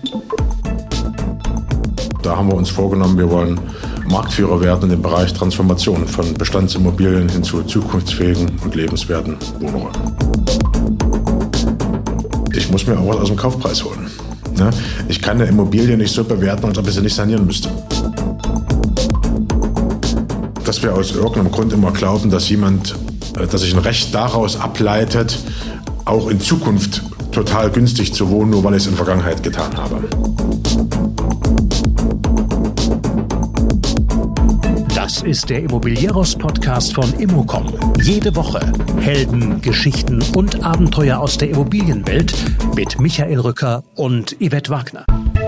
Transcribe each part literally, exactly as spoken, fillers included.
Da haben wir uns vorgenommen, wir wollen Marktführer werden in dem Bereich Transformation von Bestandsimmobilien hin zu zukunftsfähigen und lebenswerten Wohnräumen. Ich muss mir auch was aus dem Kaufpreis holen. Ich kann eine Immobilie nicht so bewerten, als ob ich sie nicht sanieren müsste. Dass wir aus irgendeinem Grund immer glauben, dass jemand, dass sich ein Recht daraus ableitet, auch in Zukunft total günstig zu wohnen, nur weil ich es in der Vergangenheit getan habe. Das ist der Immobilieros-Podcast von Immocom. Jede Woche Helden, Geschichten und Abenteuer aus der Immobilienwelt mit Michael Rücker und Yvette Wagner.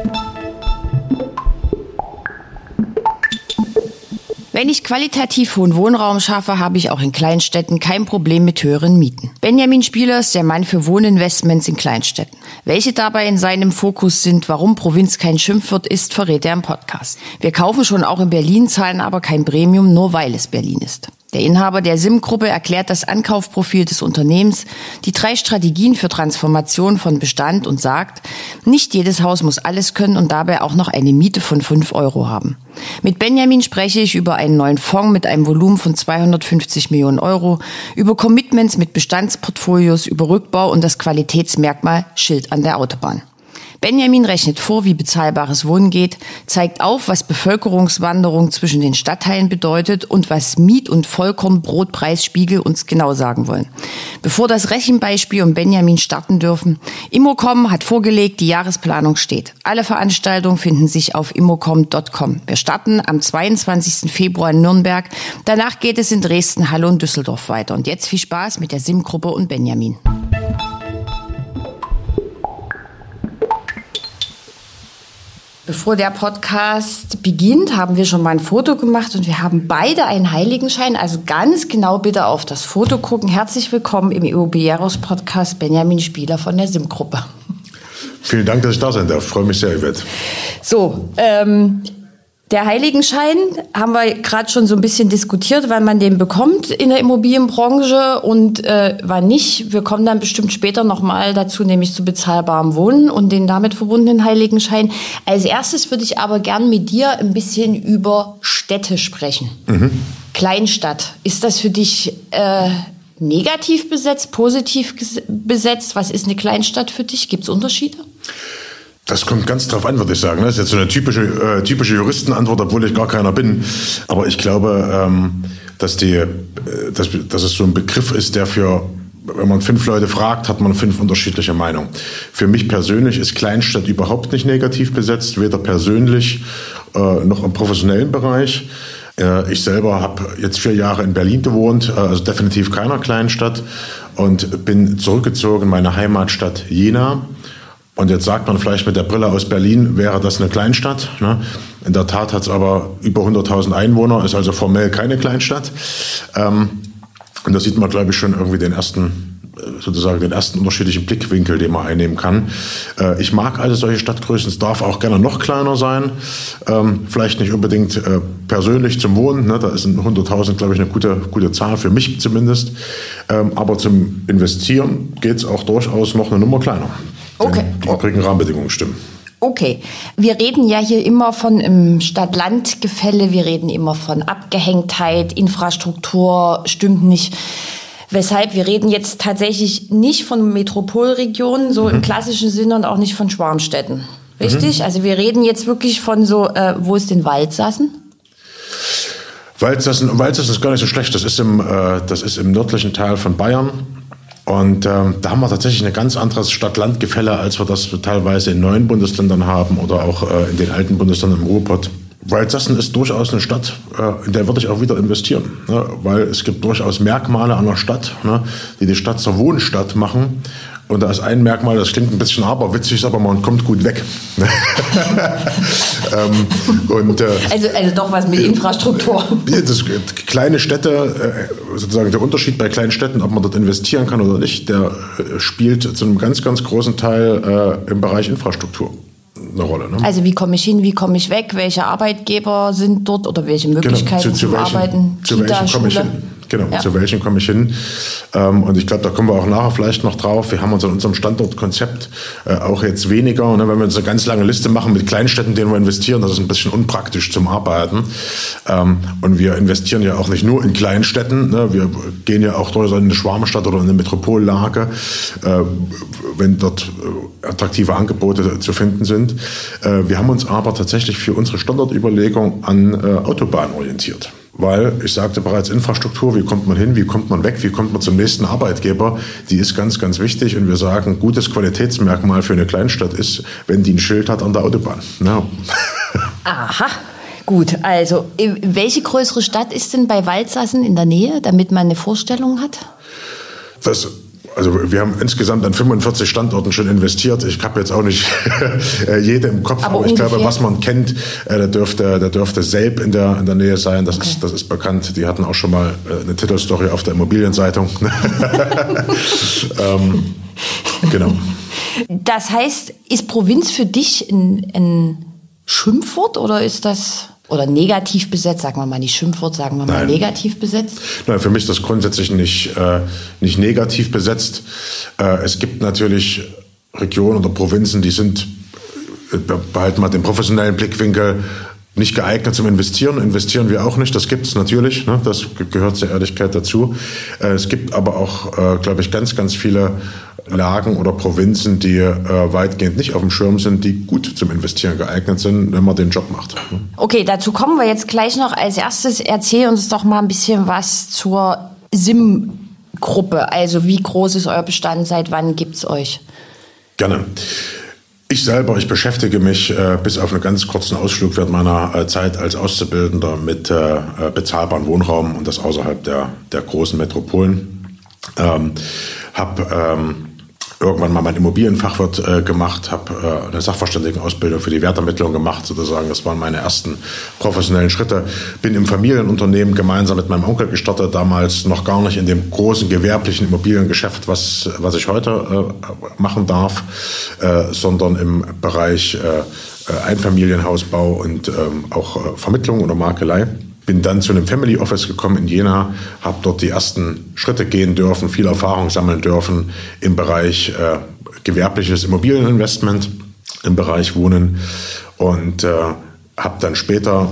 Wenn ich qualitativ hohen Wohnraum schaffe, habe ich auch in Kleinstädten kein Problem mit höheren Mieten. Benjamin Spieler ist der Mann für Wohninvestments in Kleinstädten. Welche dabei in seinem Fokus sind, warum Provinz kein Schimpfwort ist, verrät er im Podcast. Wir kaufen schon auch in Berlin, zahlen aber kein Premium, nur weil es Berlin ist. Der Inhaber der S I M-Gruppe erklärt das Ankaufprofil des Unternehmens, die drei Strategien für Transformation von Bestand und sagt, nicht jedes Haus muss alles können und dabei auch noch eine Miete von fünf Euro haben. Mit Benjamin spreche ich über einen neuen Fonds mit einem Volumen von zweihundertfünfzig Millionen Euro, über Commitments mit Bestandsportfolios, über Rückbau und das Qualitätsmerkmal Schild an der Autobahn. Benjamin rechnet vor, wie bezahlbares Wohnen geht, zeigt auf, was Bevölkerungswanderung zwischen den Stadtteilen bedeutet und was Miet- und Vollkornbrotpreisspiegel uns genau sagen wollen. Bevor das Rechenbeispiel und Benjamin starten dürfen, Immocom hat vorgelegt, die Jahresplanung steht. Alle Veranstaltungen finden sich auf immocom punkt com. Wir starten am zweiundzwanzigsten Februar in Nürnberg. Danach geht es in Dresden, Halle und Düsseldorf weiter. Und jetzt viel Spaß mit der S I M-Gruppe und Benjamin. Bevor der Podcast beginnt, haben wir schon mal ein Foto gemacht und wir haben beide einen Heiligenschein. Also ganz genau bitte auf das Foto gucken. Herzlich willkommen im Immobilieros-Podcast Benjamin Spieler von der S I M-Gruppe. Vielen Dank, dass ich da sein darf. Ich freue mich sehr, Yvette. So, ähm... der Heiligenschein haben wir gerade schon so ein bisschen diskutiert, wann man den bekommt in der Immobilienbranche und äh, wann nicht. Wir kommen dann bestimmt später nochmal dazu, nämlich zu bezahlbarem Wohnen und den damit verbundenen Heiligenschein. Als erstes würde ich aber gern mit dir ein bisschen über Städte sprechen. Mhm. Kleinstadt, ist das für dich äh, negativ besetzt, positiv besetzt? Was ist eine Kleinstadt für dich? Gibt es Unterschiede? Das kommt ganz drauf an, würde ich sagen. Das ist jetzt so eine typische, äh, typische Juristenantwort, obwohl ich gar keiner bin. Aber ich glaube, ähm, dass, die, äh, dass, dass es so ein Begriff ist, der für, wenn man fünf Leute fragt, hat man fünf unterschiedliche Meinungen. Für mich persönlich ist Kleinstadt überhaupt nicht negativ besetzt, weder persönlich äh, noch im professionellen Bereich. Äh, ich selber habe jetzt vier Jahre in Berlin gewohnt, äh, also definitiv keiner Kleinstadt, und bin zurückgezogen in meine Heimatstadt Jena. Und jetzt sagt man vielleicht mit der Brille aus Berlin, wäre das eine Kleinstadt. Ne? In der Tat hat es aber über hunderttausend Einwohner, ist also formell keine Kleinstadt. Ähm, und da sieht man, glaube ich, schon irgendwie den ersten, sozusagen den ersten unterschiedlichen Blickwinkel, den man einnehmen kann. Äh, ich mag alle solche Stadtgrößen. Es darf auch gerne noch kleiner sein. Ähm, vielleicht nicht unbedingt äh, persönlich zum Wohnen. Ne? Da ist hunderttausend, glaube ich, eine gute, gute Zahl, für mich zumindest. Ähm, aber zum Investieren geht es auch durchaus noch eine Nummer kleiner. Okay. Die übrigen Rahmenbedingungen stimmen. Okay. Wir reden ja hier immer von im Stadt-Land-Gefälle. Wir reden immer von Abgehängtheit, Infrastruktur stimmt nicht. Weshalb wir reden jetzt tatsächlich nicht von Metropolregionen, so mhm. im klassischen Sinne, und auch nicht von Schwarmstädten. Richtig? Mhm. Also wir reden jetzt wirklich von so, äh, wo ist denn Waldsassen? Waldsassen, Waldsassen ist gar nicht so schlecht. Das ist im, äh, das ist im nördlichen Teil von Bayern. Und ähm, da haben wir tatsächlich ein ganz anderes Stadt-Land-Gefälle, als wir das teilweise in neuen Bundesländern haben oder auch äh, in den alten Bundesländern im Ruhrpott. Waldsassen ist durchaus eine Stadt, äh, in der würde ich auch wieder investieren, ne? Weil es gibt durchaus Merkmale einer Stadt, ne, die die Stadt zur Wohnstadt machen. Und da ist ein Merkmal, das klingt ein bisschen aberwitzig, aber man kommt gut weg. ähm, und, äh, also, also doch was mit Infrastruktur. Das, kleine Städte, äh, sozusagen der Unterschied bei kleinen Städten, ob man dort investieren kann oder nicht, der äh, spielt zu einem ganz, ganz großen Teil äh, im Bereich Infrastruktur eine Rolle. Ne? Also wie komme ich hin, wie komme ich weg, welche Arbeitgeber sind dort oder welche Möglichkeiten genau, zu, zu zum welchen, Arbeiten, zu Kita, welchen komme ich hin? Genau, ja. zu welchen komme ich hin? Ähm, und ich glaube, da kommen wir auch nachher vielleicht noch drauf. Wir haben uns in unserem Standortkonzept äh, auch jetzt weniger, ne, wenn wir uns eine ganz lange Liste machen mit Kleinstädten, in denen wir investieren, das ist ein bisschen unpraktisch zum Arbeiten. Ähm, und wir investieren ja auch nicht nur in Kleinstädten, ne, wir gehen ja auch durchaus in eine Schwarmstadt oder in eine Metropollage, äh, wenn dort äh, attraktive Angebote zu finden sind. Äh, wir haben uns aber tatsächlich für unsere Standortüberlegung an äh, Autobahnen orientiert. Weil, ich sagte bereits, Infrastruktur, wie kommt man hin, wie kommt man weg, wie kommt man zum nächsten Arbeitgeber, die ist ganz, ganz wichtig. Und wir sagen, gutes Qualitätsmerkmal für eine Kleinstadt ist, wenn die ein Schild hat an der Autobahn. Ja. Aha, gut. Also, welche größere Stadt ist denn bei Waldsassen in der Nähe, damit man eine Vorstellung hat? Das Also wir haben insgesamt an fünfundvierzig Standorten schon investiert. Ich habe jetzt auch nicht jede im Kopf, aber, aber ich ungefähr. glaube, was man kennt, da dürfte, da dürfte Selb in der, in der Nähe sein. Das, okay. ist, das ist bekannt. Die hatten auch schon mal eine Titelstory auf der Immobilienzeitung. ähm, genau. Das heißt, ist Provinz für dich ein, ein Schimpfwort oder ist das... Oder negativ besetzt, sagen wir mal nicht Schimpfwort, sagen wir mal Nein. negativ besetzt? Nein, für mich ist das grundsätzlich nicht, äh, nicht negativ besetzt. Äh, es gibt natürlich Regionen oder Provinzen, die sind, äh, behalten mal den professionellen Blickwinkel, nicht geeignet zum Investieren. Investieren wir auch nicht, das gibt es natürlich, ne? Das gehört zur Ehrlichkeit dazu. Äh, es gibt aber auch, äh, glaube ich, ganz, ganz viele Lagen oder Provinzen, die äh, weitgehend nicht auf dem Schirm sind, die gut zum Investieren geeignet sind, wenn man den Job macht. Okay, dazu kommen wir jetzt gleich noch. Als erstes erzähl uns doch mal ein bisschen was zur S I M-Gruppe. Also wie groß ist euer Bestand, seit wann gibt's euch? Gerne. Ich selber, ich beschäftige mich äh, bis auf einen ganz kurzen Ausflug während meiner äh, Zeit als Auszubildender mit äh, bezahlbaren Wohnraum und das außerhalb der, der großen Metropolen. Ähm, hab ähm, irgendwann mal mein Immobilienfachwirt äh, gemacht, habe äh, eine Sachverständigenausbildung für die Wertermittlung gemacht, sozusagen. Das waren meine ersten professionellen Schritte. Bin im Familienunternehmen gemeinsam mit meinem Onkel gestartet, damals noch gar nicht in dem großen gewerblichen Immobiliengeschäft, was, was ich heute äh, machen darf, äh, sondern im Bereich äh, Einfamilienhausbau und ähm, auch äh, Vermittlung oder Makelei. Bin dann zu einem Family Office gekommen in Jena, habe dort die ersten Schritte gehen dürfen, viel Erfahrung sammeln dürfen im Bereich äh, gewerbliches Immobilieninvestment, im Bereich Wohnen und äh, habe dann später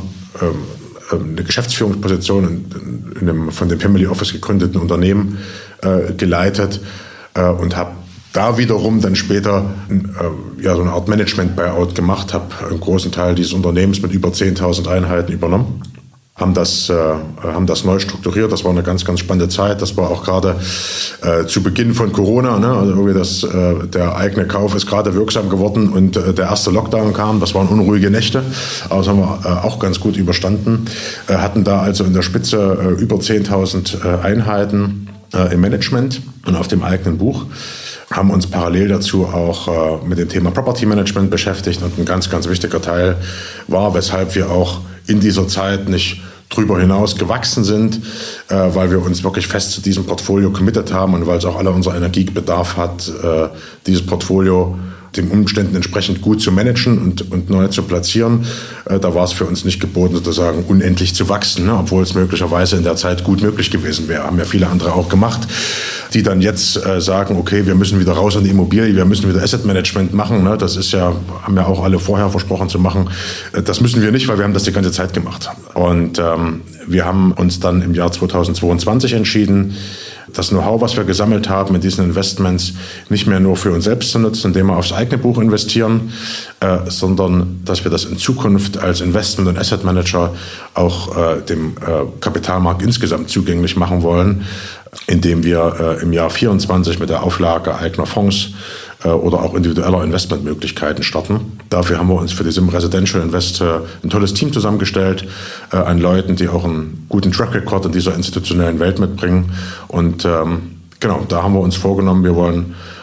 äh, eine Geschäftsführungsposition in, in einem von dem Family Office gegründeten Unternehmen äh, geleitet äh, und habe da wiederum dann später äh, ja, so eine Art Management-Buyout gemacht, habe einen großen Teil dieses Unternehmens mit über zehntausend Einheiten übernommen. Haben das, äh, haben das neu strukturiert. Das war eine ganz, ganz spannende Zeit. Das war auch gerade äh, zu Beginn von Corona. Ne? Also irgendwie das, äh, der eigene Kauf ist gerade wirksam geworden und äh, der erste Lockdown kam. Das waren unruhige Nächte. Aber das haben wir äh, auch ganz gut überstanden. Äh, hatten da also in der Spitze äh, über zehntausend äh, Einheiten äh, im Management und auf dem eigenen Buch. Haben uns parallel dazu auch äh, mit dem Thema Property Management beschäftigt und ein ganz, ganz wichtiger Teil war, weshalb wir auch in dieser Zeit nicht drüber hinaus gewachsen sind, äh, weil wir uns wirklich fest zu diesem Portfolio committed haben und weil es auch alle unser Energiebedarf hat, äh, dieses Portfolio den Umständen entsprechend gut zu managen und, und neu zu platzieren. Äh, da war es für uns nicht geboten, sozusagen unendlich zu wachsen, ne? Obwohl es möglicherweise in der Zeit gut möglich gewesen wäre. Haben ja viele andere auch gemacht, die dann jetzt äh, sagen, okay, wir müssen wieder raus an die Immobilie, wir müssen wieder Asset Management machen. Ne? Das ist ja, haben ja auch alle vorher versprochen zu machen. Äh, das müssen wir nicht, weil wir haben das die ganze Zeit gemacht. Und ähm, wir haben uns dann im Jahr zweitausendzweiundzwanzig entschieden, das Know-how, was wir gesammelt haben in diesen Investments, nicht mehr nur für uns selbst zu nutzen, indem wir aufs eigene Buch investieren, äh, sondern dass wir das in Zukunft als Investment- und Asset Manager auch äh, dem äh, Kapitalmarkt insgesamt zugänglich machen wollen, indem wir äh, im Jahr vierundzwanzig mit der Auflage eigener Fonds äh, oder auch individueller Investmentmöglichkeiten starten. Dafür haben wir uns für die S I M Residential Invest äh, ein tolles Team zusammengestellt, äh, an Leuten, die auch einen guten Track Record in dieser institutionellen Welt mitbringen. Und ähm, genau, da haben wir uns vorgenommen, wir wollen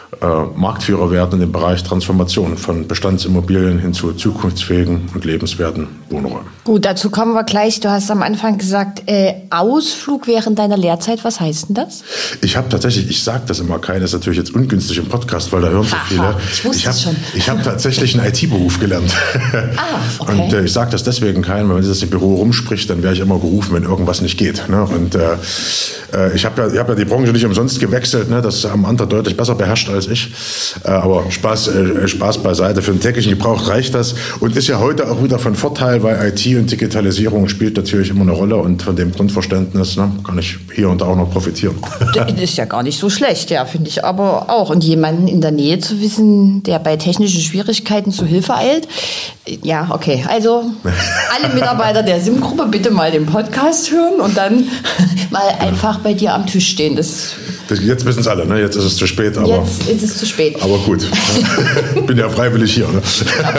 äh, Marktführer werden in dem Bereich Transformation von Bestandsimmobilien hin zu zukunftsfähigen und lebenswerten Wohnräumen. Gut, dazu kommen wir gleich. Du hast am Anfang gesagt, äh, Ausflug während deiner Lehrzeit. Was heißt denn das? Ich habe tatsächlich, ich sage das immer keiner, ist natürlich jetzt ungünstig im Podcast, weil da hören so viele. Ich wusste ich hab, es schon. Ich habe tatsächlich einen I T-Beruf gelernt. Ah, okay. Und äh, ich sage das deswegen keinem, weil wenn das im Büro rumspricht, dann wäre ich immer gerufen, wenn irgendwas nicht geht. Ne? Und äh, äh, ich habe ja, ich hab ja die Branche nicht umsonst gewechselt. Ne? Das haben andere deutlich besser beherrscht als ich. Äh, aber Spaß, äh, Spaß beiseite. Für den täglichen Gebrauch reicht das und ist ja heute auch wieder von Vorteil, weil I T und Digitalisierung spielt natürlich immer eine Rolle und von dem Grundverständnis ne, kann ich hier und da auch noch profitieren. Das ist ja gar nicht so schlecht, ja, finde ich aber auch. Und jemanden in der Nähe zu wissen, der bei technischen Schwierigkeiten zu Hilfe eilt. Ja, okay. Also alle Mitarbeiter der SIM-Gruppe bitte mal den Podcast hören und dann mal einfach bei dir am Tisch stehen. Das Das, jetzt wissen es alle, ne? Jetzt ist es zu spät. Aber, jetzt ist es zu spät. Aber gut, ich bin ja freiwillig hier. Ne?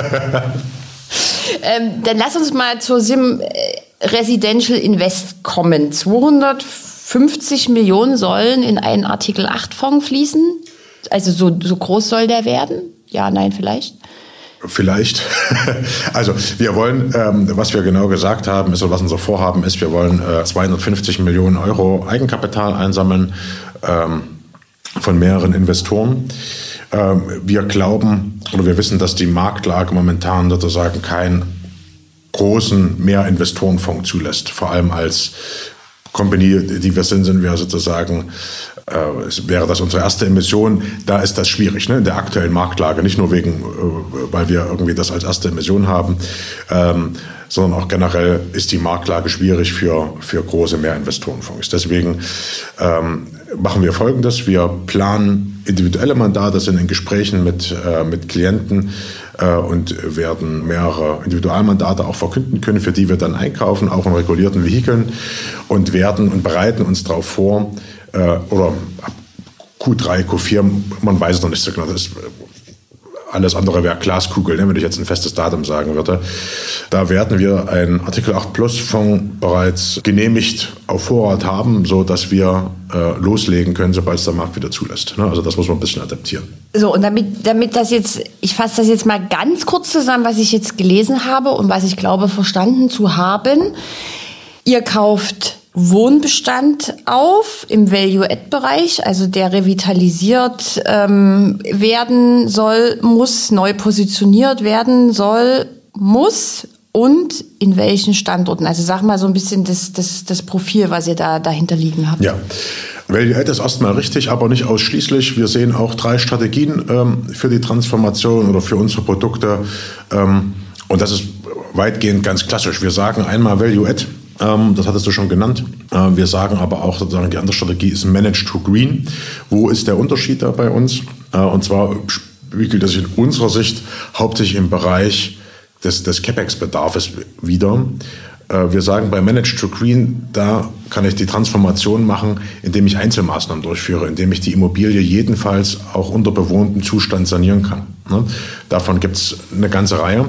ähm, dann lass uns mal zur SIM Residential Invest kommen. zweihundertfünfzig Millionen sollen in einen Artikel acht Fonds fließen. Also so, so groß soll der werden? Ja, nein, vielleicht? Vielleicht. Also wir wollen, ähm, was wir genau gesagt haben, ist, oder was unser Vorhaben ist, wir wollen äh, zweihundertfünfzig Millionen Euro Eigenkapital einsammeln ähm, von mehreren Investoren. Ähm, wir glauben oder wir wissen, dass die Marktlage momentan sozusagen keinen großen Mehrinvestorenfonds zulässt. Vor allem als Company, die wir sind, sind wir sozusagen, äh, es wäre das unsere erste Emission, da ist das schwierig, ne, in der aktuellen Marktlage, nicht nur wegen, äh, weil wir irgendwie das als erste Emission haben, ähm, sondern auch generell ist die Marktlage schwierig für, für große Mehrinvestorenfonds. Deswegen ähm, machen wir Folgendes, wir planen individuelle Mandate, sind in Gesprächen mit, äh, mit Klienten äh, und werden mehrere Individualmandate auch verkünden können, für die wir dann einkaufen, auch in regulierten Vehikeln und werden und bereiten uns darauf vor, äh, oder ab Q drei, Q vier, man weiß es noch nicht so genau, das ist, alles andere wäre Glaskugel, ne, wenn ich jetzt ein festes Datum sagen würde. Da werden wir einen Artikel acht Plus Fonds bereits genehmigt auf Vorrat haben, so dass wir äh, loslegen können, sobald es der Markt wieder zulässt. Ne? Also das muss man ein bisschen adaptieren. So, und damit, damit das jetzt, ich fasse das jetzt mal ganz kurz zusammen, was ich jetzt gelesen habe und was ich glaube, verstanden zu haben. Ihr kauft Wohnbestand auf im Value-Add-Bereich, also der revitalisiert ähm, werden soll, muss, neu positioniert werden soll, muss und in welchen Standorten. Also sag mal so ein bisschen das, das, das Profil, was ihr da dahinter liegen habt. Ja. Value-Add ist erstmal richtig, aber nicht ausschließlich. Wir sehen auch drei Strategien ähm, für die Transformation oder für unsere Produkte. Ähm, und das ist weitgehend ganz klassisch. Wir sagen einmal Value-Add. Das hattest du schon genannt. Wir sagen aber auch sozusagen, die andere Strategie ist Manage to Green. Wo ist der Unterschied da bei uns? Und zwar spiegelt das in unserer Sicht hauptsächlich im Bereich des, des CapEx-Bedarfes wieder. Wir sagen bei Manage to Green, da kann ich die Transformation machen, indem ich Einzelmaßnahmen durchführe, indem ich die Immobilie jedenfalls auch unter bewohntem Zustand sanieren kann. Davon gibt es eine ganze Reihe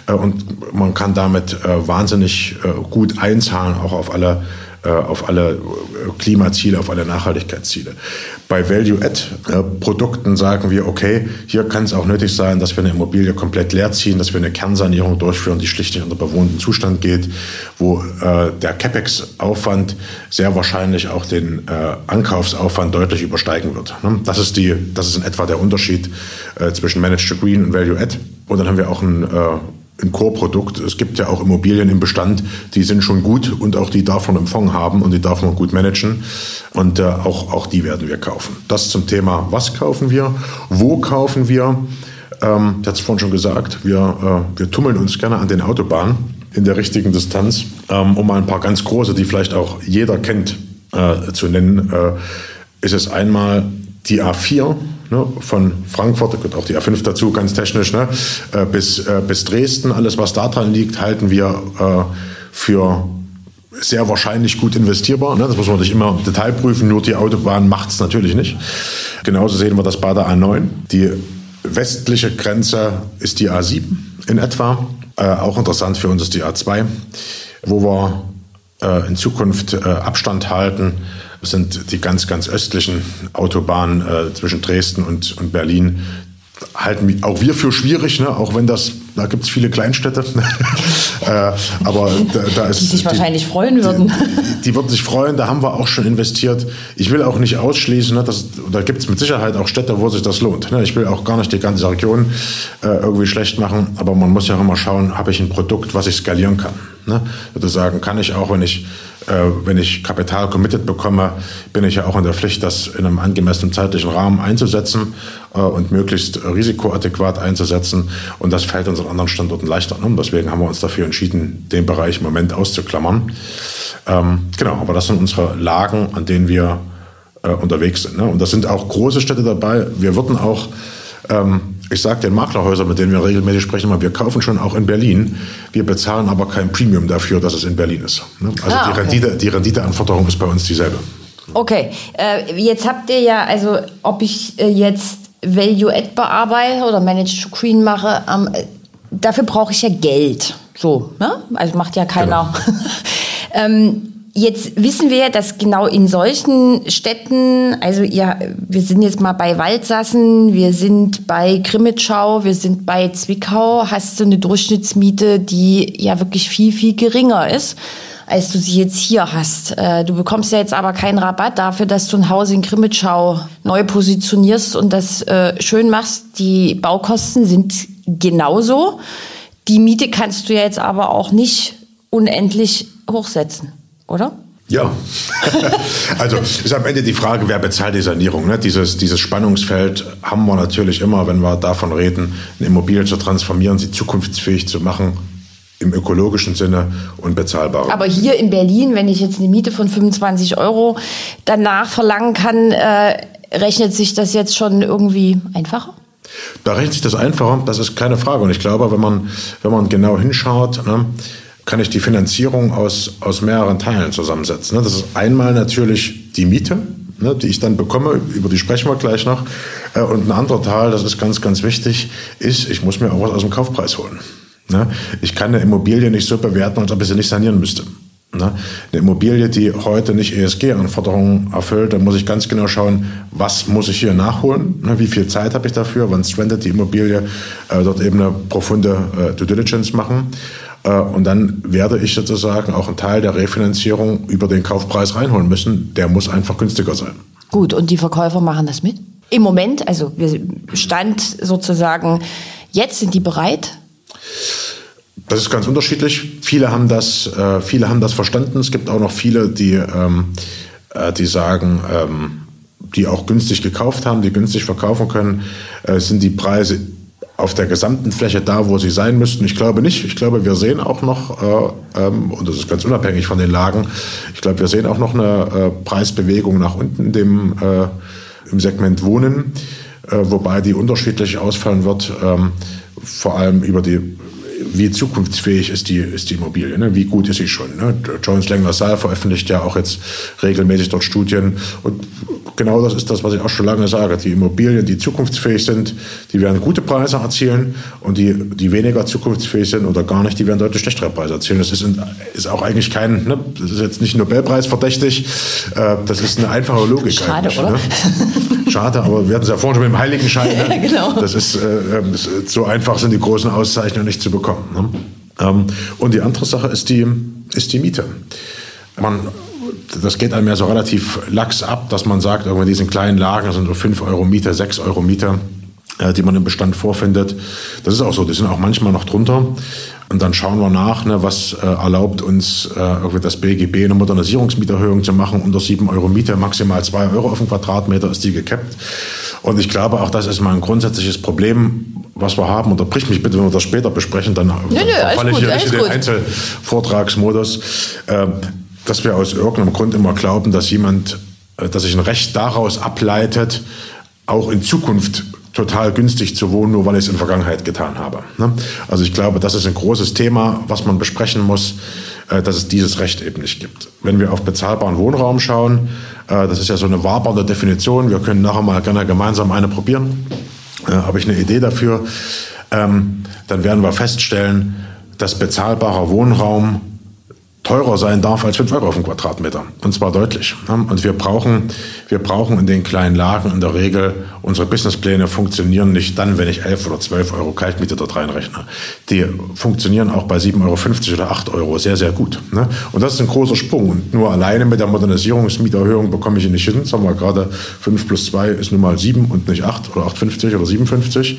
und man kann damit wahnsinnig gut einzahlen, auch auf alle, auf alle Klimaziele, auf alle Nachhaltigkeitsziele. Bei Value-Add-Produkten sagen wir, okay, hier kann es auch nötig sein, dass wir eine Immobilie komplett leer ziehen, dass wir eine Kernsanierung durchführen, die schlichtlich unter bewohnten Zustand geht, wo äh, der CapEx-Aufwand sehr wahrscheinlich auch den äh, Ankaufsaufwand deutlich übersteigen wird. Ne? Das ist die, das ist in etwa der Unterschied äh, zwischen Manage to Green und Value-Add. Und dann haben wir auch ein äh, ein Core-Produkt. Es gibt ja auch Immobilien im Bestand, die sind schon gut und auch die darf man im Fonds haben und die darf man gut managen und äh, auch, auch die werden wir kaufen. Das zum Thema, was kaufen wir, wo kaufen wir. Ähm, ich hatte es vorhin schon gesagt, wir, äh, wir tummeln uns gerne an den Autobahnen in der richtigen Distanz, ähm, um mal ein paar ganz große, die vielleicht auch jeder kennt, äh, zu nennen, äh, ist es einmal die A vier, ne, von Frankfurt, da gehört auch die A fünf dazu, ganz technisch, ne, äh, bis, äh, bis Dresden. Alles, was da dran liegt, halten wir äh, für sehr wahrscheinlich gut investierbar. Ne? Das muss man nicht immer im Detail prüfen, nur die Autobahn macht es natürlich nicht. Genauso sehen wir das bei der A neun. Die westliche Grenze ist die A sieben in etwa. Äh, auch interessant für uns ist die A zwei, wo wir äh, in Zukunft äh, Abstand halten Das sind die ganz, ganz östlichen Autobahnen äh, zwischen Dresden und, und Berlin. Halten auch wir für schwierig, ne? Auch wenn das, da gibt es viele Kleinstädte. äh, aber da, da ist, die sich wahrscheinlich die, freuen würden. Die, die würden sich freuen, da haben wir auch schon investiert. Ich will auch nicht ausschließen, ne, dass, da gibt es mit Sicherheit auch Städte, wo sich das lohnt. Ne? Ich will auch gar nicht die ganze Region äh, irgendwie schlecht machen, aber man muss ja auch immer schauen, habe ich ein Produkt, was ich skalieren kann. Ne? Sozusagen kann ich auch, wenn ich Äh, wenn ich Kapital committed bekomme, bin ich ja auch in der Pflicht, das in einem angemessenen zeitlichen Rahmen einzusetzen äh, und möglichst risikoadäquat einzusetzen. Und das fällt uns an anderen Standorten leichter. Ne? Deswegen haben wir uns dafür entschieden, den Bereich im Moment auszuklammern. Ähm, genau, aber das sind unsere Lagen, an denen wir äh, unterwegs sind. Ne? Und das sind auch große Städte dabei. Wir würden auch ähm, Ich sage den Maklerhäusern, mit denen wir regelmäßig sprechen, mal, wir kaufen schon auch in Berlin. Wir bezahlen aber kein Premium dafür, dass es in Berlin ist. Also ah, okay. die Rendite, die Renditeanforderung ist bei uns dieselbe. Okay, äh, jetzt habt ihr ja, also ob ich äh, jetzt Value-Add bearbeite oder Manage-to-Green mache, ähm, dafür brauche ich ja Geld. So, ne? Also macht ja keiner. Genau. ähm, Jetzt wissen wir, dass genau in solchen Städten, also ja, wir sind jetzt mal bei Waldsassen, wir sind bei Grimmitschau, wir sind bei Zwickau, hast du eine Durchschnittsmiete, die ja wirklich viel, viel geringer ist, als du sie jetzt hier hast. Du bekommst ja jetzt aber keinen Rabatt dafür, dass du ein Haus in Grimmitschau neu positionierst und das schön machst. Die Baukosten sind genauso. Die Miete kannst du ja jetzt aber auch nicht unendlich hochsetzen. Oder? Ja, also ist am Ende die Frage, wer bezahlt die Sanierung. Ne? Dieses, dieses Spannungsfeld haben wir natürlich immer, wenn wir davon reden, eine Immobilie zu transformieren, sie zukunftsfähig zu machen, im ökologischen Sinne und bezahlbar. Aber hier in Berlin, wenn ich jetzt eine Miete von fünfundzwanzig Euro danach verlangen kann, äh, rechnet sich das jetzt schon irgendwie einfacher? Da rechnet sich das einfacher, das ist keine Frage. Und ich glaube, wenn man, wenn man genau hinschaut, ne, kann ich die Finanzierung aus, aus mehreren Teilen zusammensetzen. Das ist einmal natürlich die Miete, die ich dann bekomme, über die sprechen wir gleich noch. Und ein anderer Teil, das ist ganz, ganz wichtig, ist, ich muss mir auch was aus dem Kaufpreis holen. Ich kann eine Immobilie nicht so bewerten, als ob ich sie nicht sanieren müsste. Eine Immobilie, die heute nicht E S G-Anforderungen erfüllt, da muss ich ganz genau schauen, was muss ich hier nachholen, wie viel Zeit habe ich dafür, wann strandet die Immobilie, dort eben eine profunde Due Diligence machen. Und dann werde ich sozusagen auch einen Teil der Refinanzierung über den Kaufpreis reinholen müssen. Der muss einfach günstiger sein. Gut, und die Verkäufer machen das mit? Im Moment, also Stand sozusagen, jetzt sind die bereit? Das ist ganz unterschiedlich. Viele haben das, äh, viele haben das verstanden. Es gibt auch noch viele, die, ähm, äh, die sagen, ähm, die auch günstig gekauft haben, die günstig verkaufen können, äh, sind die Preise auf der gesamten Fläche da, wo sie sein müssten. Ich glaube nicht. Ich glaube, wir sehen auch noch, äh, ähm, und das ist ganz unabhängig von den Lagen, ich glaube, wir sehen auch noch eine äh, Preisbewegung nach unten in dem, äh, im Segment Wohnen, äh, wobei die unterschiedlich ausfallen wird, ähm, vor allem über die, wie zukunftsfähig ist die, ist die Immobilie, ne? Wie gut ist sie schon. Ne? Jones Lang LaSalle veröffentlicht ja auch jetzt regelmäßig dort Studien und genau das ist das, was ich auch schon lange sage. Die Immobilien, die zukunftsfähig sind, die werden gute Preise erzielen und die, die weniger zukunftsfähig sind oder gar nicht, die werden deutlich schlechtere Preise erzielen. Das ist, ist auch eigentlich kein, ne? Das ist jetzt nicht Nobelpreis verdächtig, äh, das ist eine einfache Logik. Schade, oder? Ne? Schade, aber wir hatten es ja vorhin schon mit dem Heiligenschein. Ne? Ja, genau. Das ist, äh, so einfach sind die großen Auszeichnungen nicht zu bekommen. Ne? Ähm, und die andere Sache ist die, ist die Miete. Man Das geht einem ja so relativ lax ab, dass man sagt, irgendwie diesen kleinen Lagen, das sind so fünf Euro Miete, sechs Euro Miete, äh, die man im Bestand vorfindet. Das ist auch so, die sind auch manchmal noch drunter. Und dann schauen wir nach, ne, was äh, erlaubt uns äh, irgendwie das B G B eine Modernisierungsmieterhöhung zu machen. Unter sieben Euro Miete, maximal zwei Euro auf den Quadratmeter ist die gekappt. Und ich glaube, auch das ist mal ein grundsätzliches Problem, was wir haben. Unterbrich mich bitte, wenn wir das später besprechen, dann, nö, dann nö, falle ich gut, hier nicht in den gut. Einzelvortragsmodus. Äh, dass wir aus irgendeinem Grund immer glauben, dass jemand, dass sich ein Recht daraus ableitet, auch in Zukunft total günstig zu wohnen, nur weil ich es in der Vergangenheit getan habe. Also ich glaube, das ist ein großes Thema, was man besprechen muss, dass es dieses Recht eben nicht gibt. Wenn wir auf bezahlbaren Wohnraum schauen, das ist ja so eine wabernde Definition, wir können nachher mal gerne gemeinsam eine probieren, habe ich eine Idee dafür, dann werden wir feststellen, dass bezahlbarer Wohnraum teurer sein darf als fünf Euro auf den Quadratmeter. Und zwar deutlich. Und wir brauchen, wir brauchen in den kleinen Lagen in der Regel, unsere Businesspläne funktionieren nicht dann, wenn ich elf oder zwölf Euro Kaltmiete dort reinrechne. Die funktionieren auch bei sieben Euro fünfzig oder acht Euro sehr, sehr gut. Und das ist ein großer Sprung. Und nur alleine mit der Modernisierungsmieterhöhung bekomme ich ihn nicht hin. Das haben wir gerade, fünf plus zwei ist nun mal sieben und nicht acht oder acht Euro fünfzig oder sieben Euro fünfzig.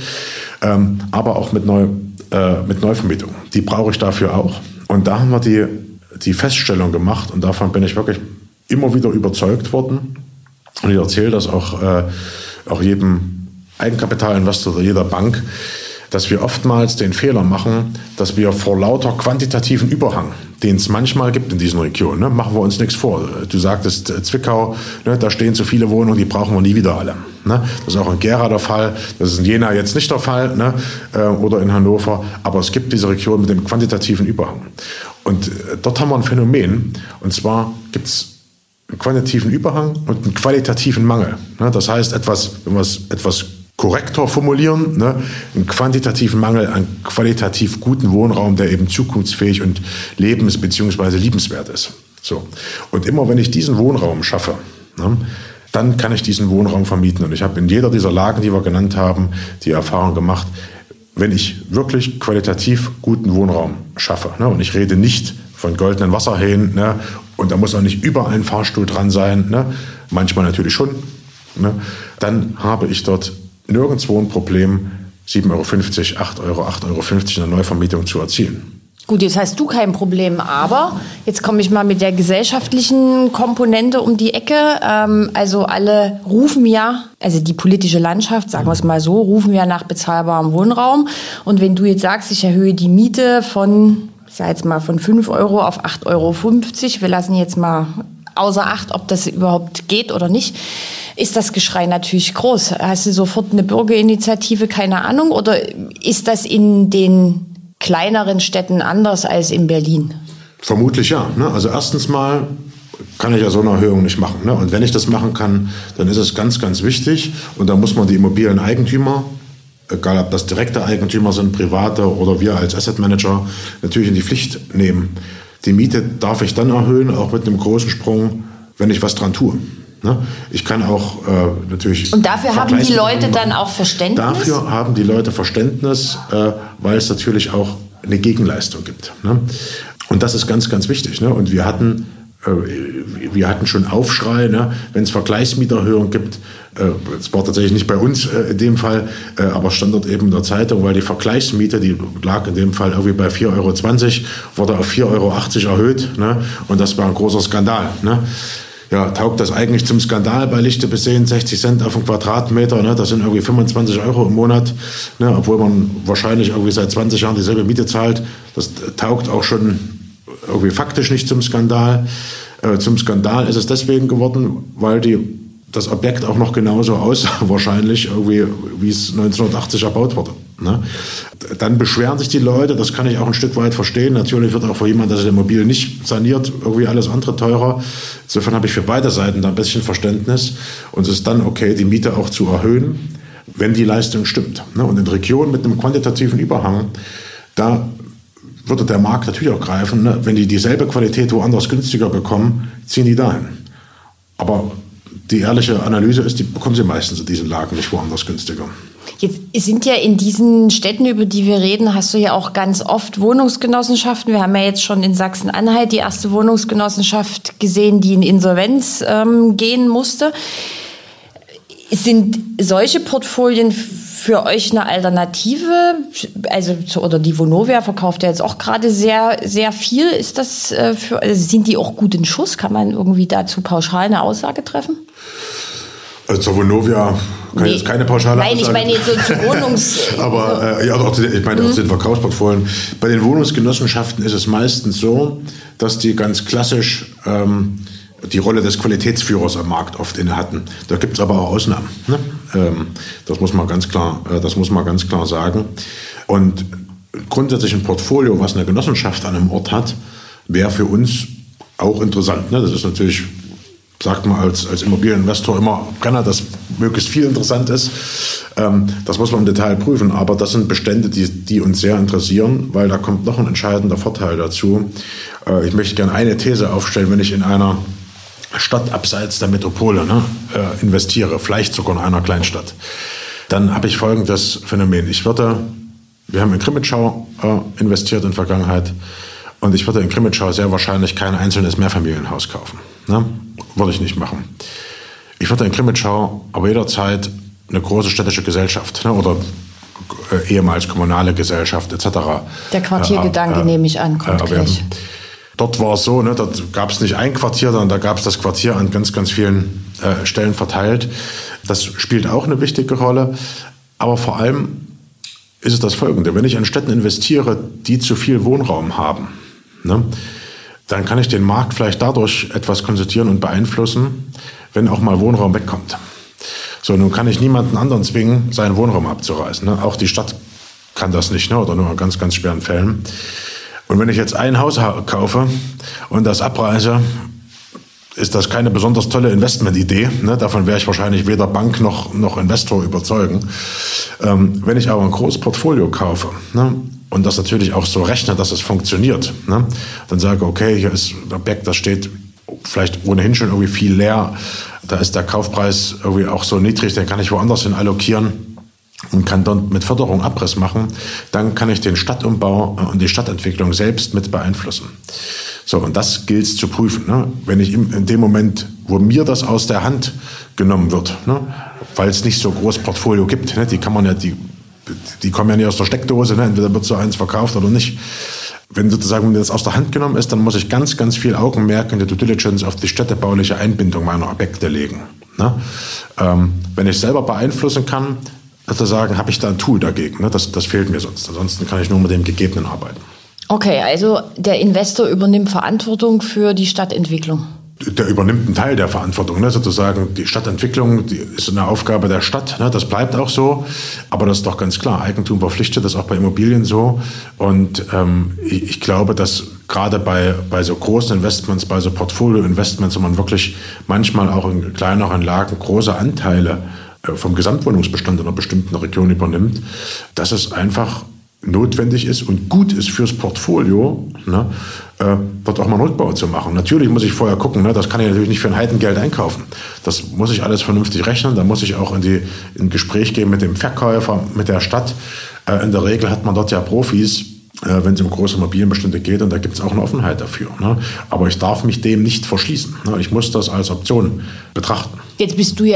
Aber auch mit, Neu, äh, mit Neuvermietung. Die brauche ich dafür auch. Und da haben wir die die Feststellung gemacht und davon bin ich wirklich immer wieder überzeugt worden und ich erzähle das auch, äh, auch jedem Eigenkapitalinvestor oder jeder Bank, dass wir oftmals den Fehler machen, dass wir vor lauter quantitativen Überhang, den es manchmal gibt in diesen Regionen, ne, machen wir uns nichts vor. Du sagtest äh, Zwickau, ne, da stehen zu viele Wohnungen, die brauchen wir nie wieder alle. Ne? Das ist auch in Gera der Fall, das ist in Jena jetzt nicht der Fall, ne, äh, oder in Hannover, aber es gibt diese Region mit dem quantitativen Überhang. Und äh, dort haben wir ein Phänomen, und zwar gibt es einen quantitativen Überhang und einen qualitativen Mangel. Ne? Das heißt, etwas, wenn wir es etwas korrekter formulieren, ne, einen quantitativen Mangel an qualitativ guten Wohnraum, der eben zukunftsfähig und lebens- bzw. liebenswert ist. So. Und immer wenn ich diesen Wohnraum schaffe, ne, dann kann ich diesen Wohnraum vermieten. Und ich habe in jeder dieser Lagen, die wir genannt haben, die Erfahrung gemacht, wenn ich wirklich qualitativ guten Wohnraum schaffe, ne, und ich rede nicht von goldenen Wasserhähnen, ne, und da muss auch nicht überall ein Fahrstuhl dran sein, ne, manchmal natürlich schon, ne, dann habe ich dort nirgendwo ein Problem, sieben Euro fünfzig, acht Euro, acht Euro fünfzig in der Neuvermietung zu erzielen. Gut, jetzt hast du kein Problem, aber jetzt komme ich mal mit der gesellschaftlichen Komponente um die Ecke. Ähm, also alle rufen ja, also die politische Landschaft, sagen wir es mal so, rufen ja nach bezahlbarem Wohnraum. Und wenn du jetzt sagst, ich erhöhe die Miete von, ich sage jetzt mal von fünf Euro auf acht Euro fünfzig, wir lassen jetzt mal außer Acht, ob das überhaupt geht oder nicht, ist das Geschrei natürlich groß. Hast du sofort eine Bürgerinitiative, keine Ahnung, oder ist das in den kleineren Städten anders als in Berlin? Vermutlich ja. Ne? Also erstens mal kann ich ja so eine Erhöhung nicht machen. Ne? Und wenn ich das machen kann, dann ist es ganz, ganz wichtig. Und da muss man die Immobilieneigentümer, egal ob das direkte Eigentümer sind, private oder wir als Asset Manager, natürlich in die Pflicht nehmen. Die Miete darf ich dann erhöhen, auch mit einem großen Sprung, wenn ich was dran tue. Ne? Ich kann auch äh, natürlich... Und dafür haben die Leute dann auch Verständnis? Dafür haben die Leute Verständnis, äh, weil es natürlich auch eine Gegenleistung gibt. Ne? Und das ist ganz, ganz wichtig. Ne? Und wir hatten, äh, wir hatten schon Aufschrei, ne? Wenn es Vergleichsmieterhöhungen gibt. Es äh, war tatsächlich nicht bei uns äh, in dem Fall, äh, aber stand dort eben in der Zeitung, weil die Vergleichsmiete, die lag in dem Fall irgendwie bei vier Euro zwanzig, wurde auf vier Euro achtzig erhöht. Ne? Und das war ein großer Skandal. Ne? Ja, taugt das eigentlich zum Skandal bei Lichte besehen, sechzig Cent auf den Quadratmeter, ne? Das sind irgendwie fünfundzwanzig Euro im Monat, ne? Obwohl man wahrscheinlich irgendwie seit zwanzig Jahren dieselbe Miete zahlt. Das taugt auch schon irgendwie faktisch nicht zum Skandal. Äh, zum Skandal ist es deswegen geworden, weil die, das Objekt auch noch genauso aussah, wahrscheinlich irgendwie, wie es neunzehnhundertachtzig erbaut wurde. Ne? Dann beschweren sich die Leute, das kann ich auch ein Stück weit verstehen. Natürlich wird auch für jemanden, der seine Immobilie nicht saniert, irgendwie alles andere teurer. Insofern habe ich für beide Seiten da ein bisschen Verständnis. Und es ist dann okay, die Miete auch zu erhöhen, wenn die Leistung stimmt. Ne? Und in Regionen mit einem quantitativen Überhang, da würde der Markt natürlich auch greifen. Ne? Wenn die dieselbe Qualität woanders günstiger bekommen, ziehen die dahin. Aber die ehrliche Analyse ist, die bekommen sie meistens in diesen Lagen nicht woanders günstiger. Jetzt sind ja in diesen Städten, über die wir reden, hast du ja auch ganz oft Wohnungsgenossenschaften. Wir haben ja jetzt schon in Sachsen-Anhalt die erste Wohnungsgenossenschaft gesehen, die in Insolvenz ähm, gehen musste. Sind solche Portfolien für euch eine Alternative? Also, oder die Vonovia verkauft ja jetzt auch gerade sehr, sehr viel. Ist das äh, für, also sind die auch gut in Schuss? Kann man irgendwie dazu pauschal eine Aussage treffen? Also zur Vonovia kann ich nee. jetzt keine pauschale Nein, Aussage. Nein, ich meine jetzt so zu Wohnungs... Aber äh, ja, auch, ich meine mhm. auch zu den Verkaufsportfolien. Bei den Wohnungsgenossenschaften ist es meistens so, dass die ganz klassisch ähm, die Rolle des Qualitätsführers am Markt oft inne hatten. Da gibt es aber auch Ausnahmen. Ne? Ähm, das muss man ganz klar, äh, das muss man ganz klar sagen. Und grundsätzlich ein Portfolio, was eine Genossenschaft an einem Ort hat, wäre für uns auch interessant. Ne? Das ist natürlich sagt man als, als Immobilieninvestor immer gerne, dass möglichst viel interessant ist. Ähm, das muss man im Detail prüfen, aber das sind Bestände, die, die uns sehr interessieren, weil da kommt noch ein entscheidender Vorteil dazu. Äh, ich möchte gerne eine These aufstellen, wenn ich in einer Stadt abseits der Metropole ne, äh, investiere, vielleicht sogar in einer Kleinstadt, dann habe ich folgendes Phänomen. Ich würde, wir haben in Krimitschau äh, investiert in der Vergangenheit, und ich würde in Krimitschau sehr wahrscheinlich kein einzelnes Mehrfamilienhaus kaufen. Ne? Würde ich nicht machen. Ich würde in Krimitschau aber jederzeit eine große städtische Gesellschaft ne, oder äh, ehemals kommunale Gesellschaft et cetera. Der Quartiergedanke äh, äh, nehme ich an, kommt äh, gleich. Dort war es so, ne, dort gab es nicht ein Quartier, sondern da gab es das Quartier an ganz, ganz vielen äh, Stellen verteilt. Das spielt auch eine wichtige Rolle. Aber vor allem ist es das Folgende. Wenn ich in Städten investiere, die zu viel Wohnraum haben, ne, dann kann ich den Markt vielleicht dadurch etwas konsultieren und beeinflussen, wenn auch mal Wohnraum wegkommt. So, nun kann ich niemanden anderen zwingen, seinen Wohnraum abzureißen. Ne? Auch die Stadt kann das nicht, ne? Oder nur in ganz, ganz schweren Fällen. Und wenn ich jetzt ein Haus kaufe und das abreiße, ist das keine besonders tolle Investmentidee. Ne? Davon wäre ich wahrscheinlich weder Bank noch, noch Investor überzeugen. Ähm, wenn ich aber ein großes Portfolio kaufe, ne? Und das natürlich auch so rechne, dass es funktioniert, ne? Dann sage, okay, hier ist ein Objekt, das steht vielleicht ohnehin schon irgendwie viel leer. Da ist der Kaufpreis irgendwie auch so niedrig, den kann ich woanders hin allokieren und kann dann mit Förderung Abriss machen. Dann kann ich den Stadtumbau und die Stadtentwicklung selbst mit beeinflussen. So, und das gilt es zu prüfen. Ne? Wenn ich in dem Moment, wo mir das aus der Hand genommen wird, ne? Weil es nicht so ein großes Portfolio gibt, ne? Die kann man ja, die, die kommen ja nicht aus der Steckdose, ne? Entweder wird so eins verkauft oder nicht. Wenn sozusagen mir das aus der Hand genommen ist, dann muss ich ganz, ganz viel Augenmerk in der Due Diligence auf die städtebauliche Einbindung meiner Objekte legen. Ne? Ähm, wenn ich selber beeinflussen kann, sozusagen, habe ich da ein Tool dagegen. Ne? Das, das fehlt mir sonst. Ansonsten kann ich nur mit dem Gegebenen arbeiten. Okay, also der Investor übernimmt Verantwortung für die Stadtentwicklung. Der übernimmt einen Teil der Verantwortung, ne? Sozusagen die Stadtentwicklung, die ist eine Aufgabe der Stadt, ne? Das bleibt auch so, aber das ist doch ganz klar, Eigentum verpflichtet, das ist auch bei Immobilien so, und ähm, ich, ich glaube, dass gerade bei, bei so großen Investments, bei so Portfolio-Investments, wo man wirklich manchmal auch in kleineren Lagen große Anteile äh, vom Gesamtwohnungsbestand in einer bestimmten Region übernimmt, dass es einfach notwendig ist und gut ist fürs Portfolio, ne, äh, dort auch mal einen Rückbau zu machen. Natürlich muss ich vorher gucken, ne, das kann ich natürlich nicht für ein Heidengeld einkaufen. Das muss ich alles vernünftig rechnen, da muss ich auch in die in ein Gespräch gehen mit dem Verkäufer, mit der Stadt. Äh, in der Regel hat man dort ja Profis, äh, wenn es um große Immobilienbestände geht, und da gibt es auch eine Offenheit dafür. Ne. Aber ich darf mich dem nicht verschließen. Ne. Ich muss das als Option betrachten. Jetzt bist du ja,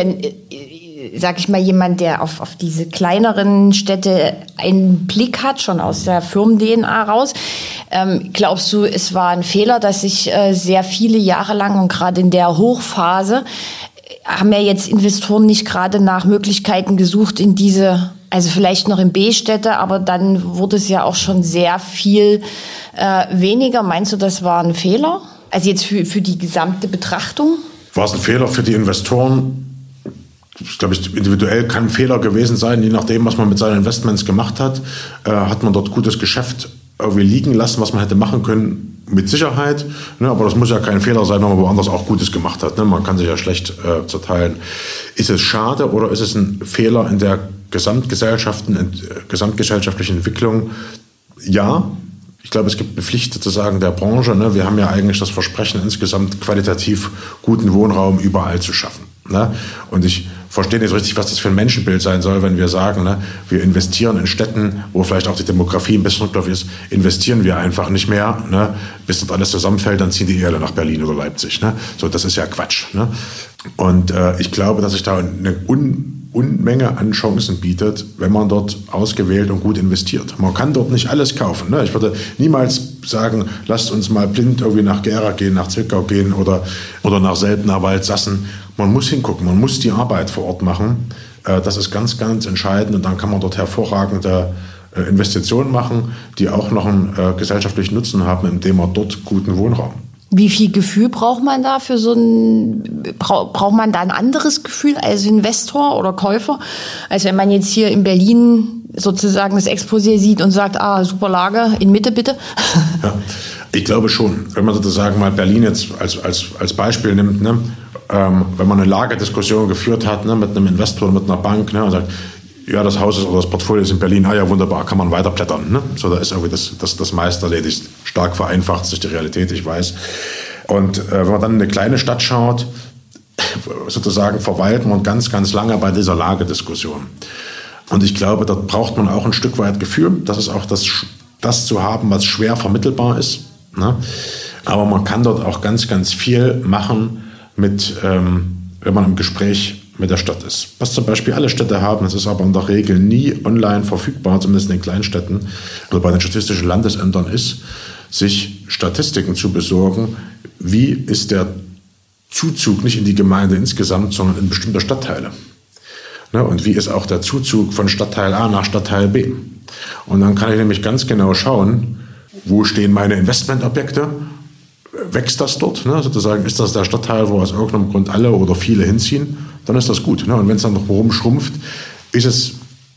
sag ich mal, jemand, der auf, auf diese kleineren Städte einen Blick hat, schon aus der Firmen-D N A raus. Ähm, glaubst du, es war ein Fehler, dass sich äh, sehr viele Jahre lang und gerade in der Hochphase haben ja jetzt Investoren nicht gerade nach Möglichkeiten gesucht in diese, also vielleicht noch in B-Städte, aber dann wurde es ja auch schon sehr viel äh, weniger. Meinst du, das war ein Fehler? Also jetzt für, für die gesamte Betrachtung? War es ein Fehler für die Investoren? Ich glaube, individuell kann ein Fehler gewesen sein, je nachdem, was man mit seinen Investments gemacht hat. Äh, hat man dort gutes Geschäft irgendwie liegen lassen, was man hätte machen können, mit Sicherheit. Ne, aber das muss ja kein Fehler sein, wenn man woanders auch Gutes gemacht hat. Ne? Man kann sich ja schlecht äh, zerteilen. Ist es schade oder ist es ein Fehler in der Gesamtgesellschaften, in, äh, gesamtgesellschaftlichen Entwicklung? Ja. Ich glaube, es gibt eine Pflicht sozusagen der Branche. Ne? Wir haben ja eigentlich das Versprechen, insgesamt qualitativ guten Wohnraum überall zu schaffen. Ne? Und ich verstehe nicht so richtig, was das für ein Menschenbild sein soll, wenn wir sagen, ne, wir investieren in Städten, wo vielleicht auch die Demografie ein bisschen rückläufig ist, investieren wir einfach nicht mehr. Ne? Bis dort alles zusammenfällt, dann ziehen die alle nach Berlin oder Leipzig. Ne? So, das ist ja Quatsch. Ne? Und äh, ich glaube, dass sich da eine Un- Unmenge an Chancen bietet, wenn man dort ausgewählt und gut investiert. Man kann dort nicht alles kaufen. Ne? Ich würde niemals sagen, lasst uns mal blind irgendwie nach Gera gehen, nach Zwickau gehen oder, oder nach Seltenerwald, Sassen. Man muss hingucken, man muss die Arbeit vor Ort machen. Äh, das ist ganz, ganz entscheidend, und dann kann man dort hervorragende äh, Investitionen machen, die auch noch einen äh, gesellschaftlichen Nutzen haben, indem man dort guten Wohnraum. Wie viel Gefühl braucht man da für so ein, braucht man da ein anderes Gefühl als Investor oder Käufer, als wenn man jetzt hier in Berlin sozusagen das Exposé sieht und sagt, ah, super Lage, in Mitte bitte? Ja, ich glaube schon. Wenn man sozusagen mal Berlin jetzt als, als, als Beispiel nimmt, ne? ähm, wenn man eine Lagediskussion geführt hat, ne, mit einem Investor, mit einer Bank, ne, und sagt, ja, das Haus ist oder das Portfolio ist in Berlin, ah ja, wunderbar, kann man weiterblättern. Ne? So, da ist irgendwie das, das, das meiste erledigt. Stark vereinfacht sich die Realität, ich weiß. Und äh, wenn man dann in eine kleine Stadt schaut, sozusagen verweilt man ganz, ganz lange bei dieser Lagediskussion. Und ich glaube, dort braucht man auch ein Stück weit Gefühl. Das ist auch das, das zu haben, was schwer vermittelbar ist. Ne? Aber man kann dort auch ganz, ganz viel machen, mit, ähm, wenn man im Gespräch mit der Stadt ist. Was zum Beispiel alle Städte haben, das ist aber in der Regel nie online verfügbar, zumindest in den Kleinstädten oder bei den statistischen Landesämtern ist, sich Statistiken zu besorgen, wie ist der Zuzug nicht in die Gemeinde insgesamt, sondern in bestimmte Stadtteile. Ne, und wie ist auch der Zuzug von Stadtteil A nach Stadtteil B. Und dann kann ich nämlich ganz genau schauen, wo stehen meine Investmentobjekte, wächst das dort, ne, sozusagen ist das der Stadtteil, wo aus irgendeinem Grund alle oder viele hinziehen, dann ist das gut. Ne? Und wenn es dann noch rumschrumpft, ist es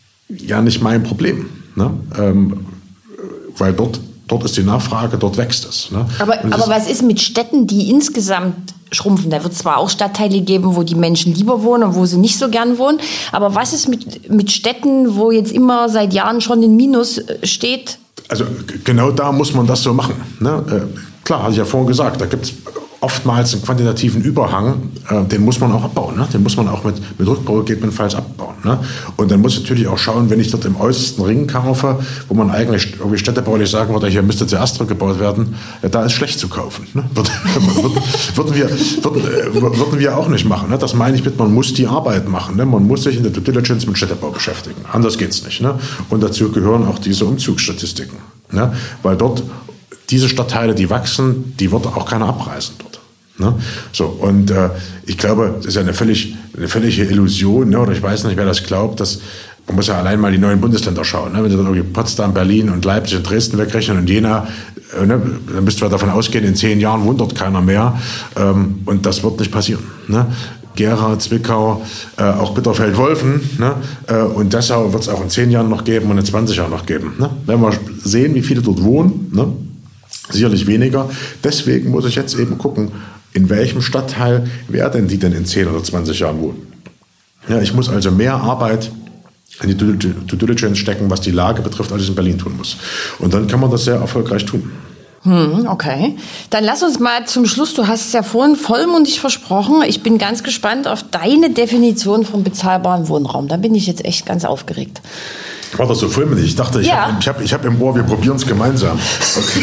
ja nicht mein Problem. Ne? Ähm, weil dort, dort ist die Nachfrage, dort wächst es. Ne? Aber, aber was ist mit Städten, die insgesamt schrumpfen? Da wird zwar auch Stadtteile geben, wo die Menschen lieber wohnen und wo sie nicht so gern wohnen. Aber was ist mit, mit Städten, wo jetzt immer seit Jahren schon ein Minus steht? Also genau da muss man das so machen. Ne? Äh, klar, hatte ich ja vorhin gesagt, da gibt es oftmals einen quantitativen Überhang, äh, den muss man auch abbauen. Ne? Den muss man auch mit, mit Rückbau gegebenenfalls abbauen. Ne? Und dann muss ich natürlich auch schauen, wenn ich dort im äußersten Ring kaufe, wo man eigentlich irgendwie städtebaulich sagen würde, hier müsste zuerst zurückgebaut werden, ja, da ist schlecht zu kaufen. Ne? Würden, würden, wir, würden, würden wir auch nicht machen. Ne? Das meine ich mit, man muss die Arbeit machen. Ne? Man muss sich in der Due Diligence mit Städtebau beschäftigen. Anders geht's nicht. Ne? Und dazu gehören auch diese Umzugsstatistiken. Ne? Weil dort diese Stadtteile, die wachsen, die wird auch keiner abreißen dort. Ne? So, und äh, ich glaube, das ist ja eine völlig, eine völlige Illusion, ne? Oder ich weiß nicht, wer das glaubt, dass man muss ja allein mal die neuen Bundesländer schauen. Ne? Wenn du dann irgendwie Potsdam, Berlin und Leipzig und Dresden wegrechnen und Jena, äh, ne? Dann müsst ihr davon ausgehen, in zehn Jahren wohnt dort keiner mehr. Ähm, und das wird nicht passieren. Ne? Gera, Zwickau, äh, auch Bitterfeld-Wolfen, ne? äh, und Dessau wird es auch in zehn Jahren noch geben und in zwanzig Jahren noch geben. Ne? Wenn wir sehen, wie viele dort wohnen, ne? Sicherlich weniger. Deswegen muss ich jetzt eben gucken, in welchem Stadtteil werden die denn in zehn oder zwanzig Jahren wohnen. Ja, ich muss also mehr Arbeit in die Due Diligence stecken, was die Lage betrifft, als ich in Berlin tun muss. Und dann kann man das sehr erfolgreich tun. Hm, okay. Dann lass uns mal zum Schluss, du hast es ja vorhin vollmundig versprochen, ich bin ganz gespannt auf deine Definition von bezahlbarem Wohnraum. Da bin ich jetzt echt ganz aufgeregt. War das so vollmundig? Ich dachte, ich ja. habe ich hab, ich hab im Ohr, wir probieren es gemeinsam. Okay.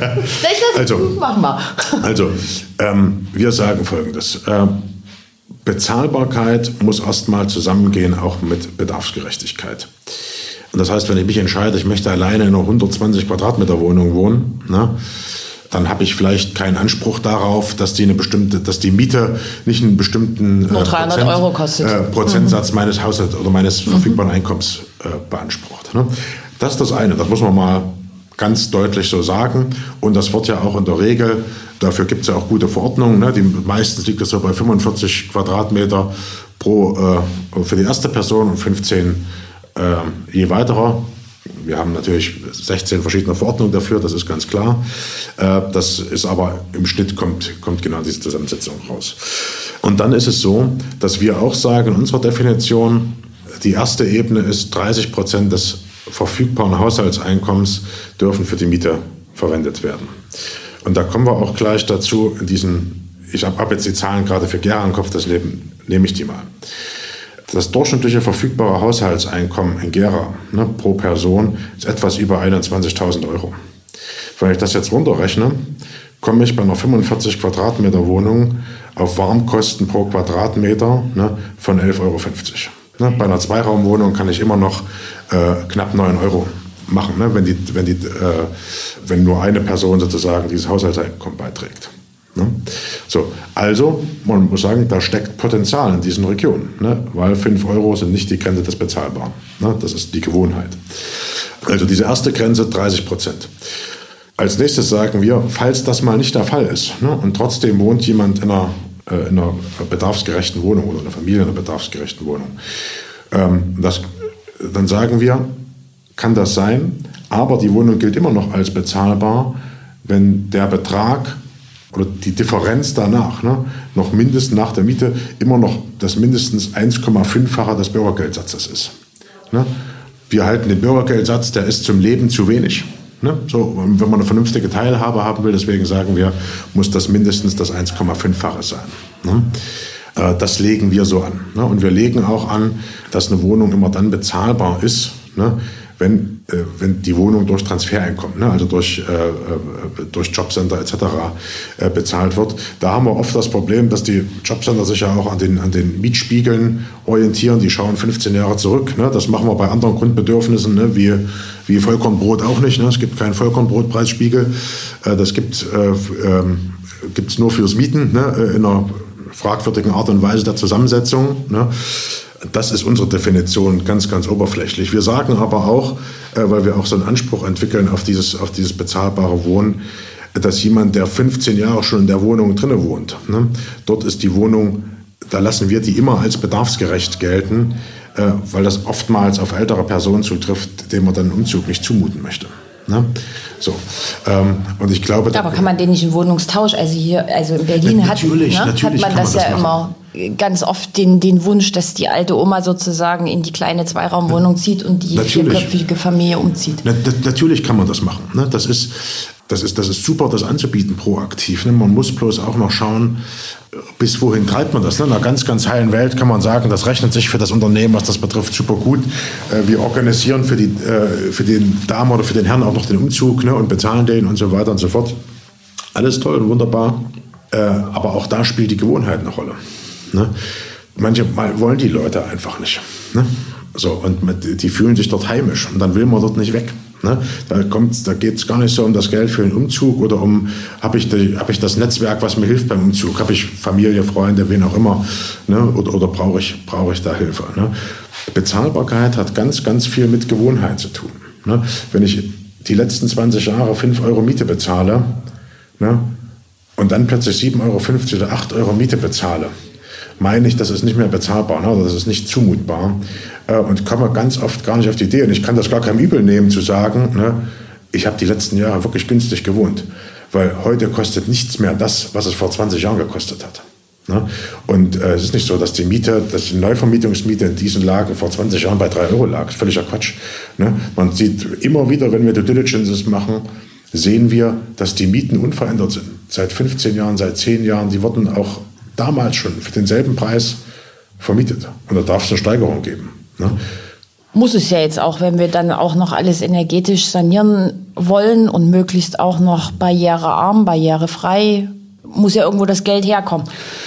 also, mach mal. Also, ähm, wir sagen Folgendes. Äh, Bezahlbarkeit muss erstmal zusammengehen, auch mit Bedarfsgerechtigkeit. Und das heißt, wenn ich mich entscheide, ich möchte alleine in einer hundertzwanzig Quadratmeter Wohnung wohnen, ne, dann habe ich vielleicht keinen Anspruch darauf, dass die eine bestimmte, dass die Miete nicht einen bestimmten Nur dreihundert Prozent, Euro kostet. Äh, Prozentsatz mhm. meines Haushalts oder meines mhm. verfügbaren Einkommens äh, beansprucht. Ne? Das ist das eine, das muss man mal ganz deutlich so sagen. Und das wird ja auch in der Regel, dafür gibt es ja auch gute Verordnungen, ne? Die meistens liegt das so bei fünfundvierzig Quadratmeter pro äh, für die erste Person und fünfzehn äh, je weiterer. Wir haben natürlich sechzehn verschiedene Verordnungen dafür, das ist ganz klar. Das ist aber im Schnitt kommt, kommt genau diese Zusammensetzung raus. Und dann ist es so, dass wir auch sagen, in unserer Definition, die erste Ebene ist, dreißig Prozent des verfügbaren Haushaltseinkommens dürfen für die Miete verwendet werden. Und da kommen wir auch gleich dazu, in diesen, ich habe jetzt die Zahlen gerade für Gera im Kopf, das Leben, nehme ich die mal. Das durchschnittliche verfügbare Haushaltseinkommen in Gera, ne, pro Person ist etwas über einundzwanzigtausend Euro. Wenn ich das jetzt runterrechne, komme ich bei einer fünfundvierzig Quadratmeter Wohnung auf Warmkosten pro Quadratmeter, ne, von elf Euro fünfzig. Ne, bei einer Zweiraumwohnung kann ich immer noch äh, knapp neun Euro machen, ne, wenn, die, wenn, die, äh, wenn nur eine Person sozusagen dieses Haushaltseinkommen beiträgt. Ne? So, also, man muss sagen, da steckt Potenzial in diesen Regionen, ne? Weil fünf Euro sind nicht die Grenze des Bezahlbaren. Ne? Das ist die Gewohnheit. Also diese erste Grenze, dreißig Prozent. Als nächstes sagen wir, falls das mal nicht der Fall ist, ne? Und trotzdem wohnt jemand in einer, äh, in einer bedarfsgerechten Wohnung oder eine Familie in einer bedarfsgerechten Wohnung, ähm, das, dann sagen wir, kann das sein, aber die Wohnung gilt immer noch als bezahlbar, wenn der Betrag oder die Differenz danach, ne, noch mindestens nach der Miete immer noch das mindestens eins Komma fünffache des Bürgergeldsatzes ist. Ne? Wir halten den Bürgergeldsatz, der ist zum Leben zu wenig. Ne? So, wenn man eine vernünftige Teilhabe haben will, deswegen sagen wir, muss das mindestens das eins Komma fünffache sein. Ne? Äh, das legen wir so an. Ne? Und wir legen auch an, dass eine Wohnung immer dann bezahlbar ist, ne, wenn, äh, wenn die Wohnung durch Transfereinkommen, ne, also durch, äh, durch Jobcenter et cetera äh, bezahlt wird. Da haben wir oft das Problem, dass die Jobcenter sich ja auch an den, an den Mietspiegeln orientieren. Die schauen fünfzehn Jahre zurück. Ne. Das machen wir bei anderen Grundbedürfnissen, ne, wie, wie Vollkornbrot auch nicht. Ne. Es gibt keinen Vollkornbrotpreisspiegel. Äh, das gibt es äh, gibt's nur fürs Mieten, ne, in einer fragwürdigen Art und Weise der Zusammensetzung. Ne. Das ist unsere Definition, ganz, ganz oberflächlich. Wir sagen aber auch, äh, weil wir auch so einen Anspruch entwickeln auf dieses, auf dieses bezahlbare Wohnen, dass jemand, der fünfzehn Jahre schon in der Wohnung drinne wohnt, ne, dort ist die Wohnung, da lassen wir die immer als bedarfsgerecht gelten, äh, weil das oftmals auf ältere Personen zutrifft, denen man dann einen Umzug nicht zumuten möchte. Ne? So, ähm, und ich glaube, aber kann man den nicht in Wohnungstausch? Also hier, also in Berlin na, hat, natürlich, ne, natürlich hat man das, man das ja machen. immer ganz oft den, den Wunsch, dass die alte Oma sozusagen in die kleine Zweiraumwohnung zieht und die natürlich. vierköpfige Familie umzieht. Na, d- natürlich kann man das machen. Ne? Das ist, das ist, das ist super, das anzubieten proaktiv. Ne? Man muss bloß auch noch schauen, bis wohin treibt man das. Ne? In einer ganz, ganz heilen Welt kann man sagen, das rechnet sich für das Unternehmen, was das betrifft, super gut. Äh, wir organisieren für, die, äh, für den Damen oder für den Herrn auch noch den Umzug, ne? Und bezahlen den und so weiter und so fort. Alles toll und wunderbar. Äh, aber auch da spielt die Gewohnheit eine Rolle. Ne? Manchmal wollen die Leute einfach nicht. Ne? So, und mit, die fühlen sich dort heimisch und dann will man dort nicht weg. Ne? Da, kommt's, da geht es gar nicht so um das Geld für den Umzug oder um, habe ich, hab ich das Netzwerk, was mir hilft beim Umzug, habe ich Familie, Freunde, wen auch immer, ne? oder, oder brauche ich, brauch ich da Hilfe. Ne? Bezahlbarkeit hat ganz, ganz viel mit Gewohnheit zu tun. Ne? Wenn ich die letzten zwanzig Jahre fünf Euro Miete bezahle, ne? und dann plötzlich sieben Euro fünfzig oder acht Euro Miete bezahle, meine ich, das ist nicht mehr bezahlbar, ne? Oder das ist nicht zumutbar, äh, und komme ganz oft gar nicht auf die Idee, und ich kann das gar keinem übel nehmen, zu sagen, ne, ich habe die letzten Jahre wirklich günstig gewohnt, weil heute kostet nichts mehr das, was es vor zwanzig Jahren gekostet hat. Ne? Und äh, es ist nicht so, dass die Miete, dass die Neuvermietungsmiete in diesen Lagen vor zwanzig Jahren bei drei Euro lag. Das ist völliger Quatsch. Ne? Man sieht immer wieder, wenn wir Due Diligences machen, sehen wir, dass die Mieten unverändert sind. Seit fünfzehn Jahren, seit zehn Jahren, die wurden auch damals schon für denselben Preis vermietet. Und da darf es eine Steigerung geben. Ne? Muss es ja jetzt auch, wenn wir dann auch noch alles energetisch sanieren wollen und möglichst auch noch barrierearm, barrierefrei, muss ja irgendwo das Geld herkommen.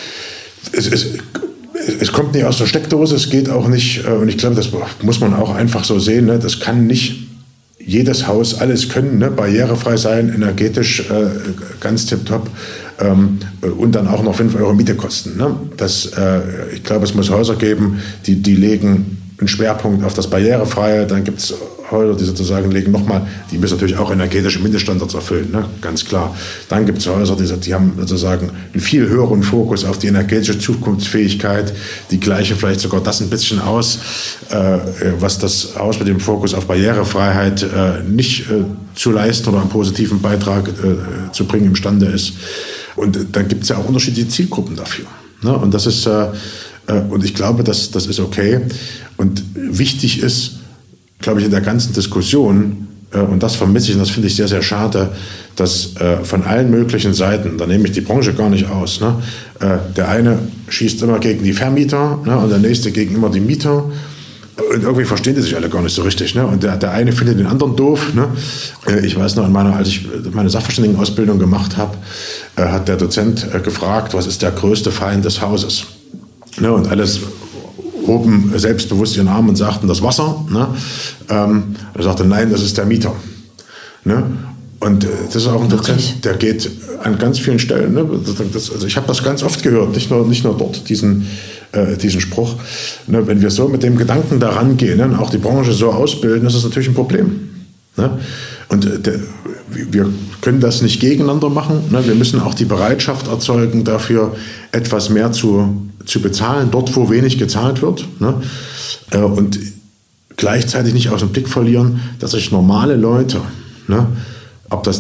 Es, es, es kommt nicht aus der Steckdose, es geht auch nicht, und ich glaube, das muss man auch einfach so sehen, ne? Das kann nicht jedes Haus alles können, ne? Barrierefrei sein, energetisch äh, ganz tipptopp, ähm, und dann auch noch fünf Euro Miete kosten. Ne? Das, äh, ich glaube, es muss Häuser geben, die, die legen einen Schwerpunkt auf das Barrierefreie, dann gibt es Häuser, die sozusagen legen nochmal, die müssen natürlich auch energetische Mindeststandards erfüllen, ne? Ganz klar. Dann gibt es Häuser, die, die haben sozusagen einen viel höheren Fokus auf die energetische Zukunftsfähigkeit, die gleichen vielleicht sogar das ein bisschen aus, äh, was das Haus mit dem Fokus auf Barrierefreiheit äh, nicht äh, zu leisten oder einen positiven Beitrag äh, zu bringen imstande ist. Und dann gibt es ja auch unterschiedliche Zielgruppen dafür. Ne? Und das ist, äh, äh, und ich glaube, das, das ist okay. Und wichtig ist, glaube ich, in der ganzen Diskussion, äh, und das vermisse ich, und das finde ich sehr, sehr schade, dass äh, von allen möglichen Seiten, da nehme ich die Branche gar nicht aus, ne, äh, der eine schießt immer gegen die Vermieter, ne, und der nächste gegen immer die Mieter. Und irgendwie verstehen die sich alle gar nicht so richtig. Ne? Und der, der eine findet den anderen doof. Ne? Ich weiß noch, in meiner, als ich meine Sachverständigenausbildung gemacht habe, äh, hat der Dozent äh, gefragt, was ist der größte Feind des Hauses? Ne? Und alles hoben selbstbewusst ihren Arm und sagten, das Wasser. Ne? Ähm, er sagte, nein, das ist der Mieter. Ne? Und äh, das ist auch ein Dozent, der geht an ganz vielen Stellen. Ne? Das, das, also ich habe das ganz oft gehört, nicht nur, nicht nur dort, diesen, äh, diesen Spruch. Ne? Wenn wir so mit dem Gedanken daran gehen, ne? Und auch die Branche so ausbilden, ist das natürlich ein Problem. Ne? Und äh, der, wir können das nicht gegeneinander machen. Ne? Wir müssen auch die Bereitschaft erzeugen, dafür etwas mehr zu, zu bezahlen, dort, wo wenig gezahlt wird. Ne? Äh, und gleichzeitig nicht aus dem Blick verlieren, dass sich normale Leute, ne, ob das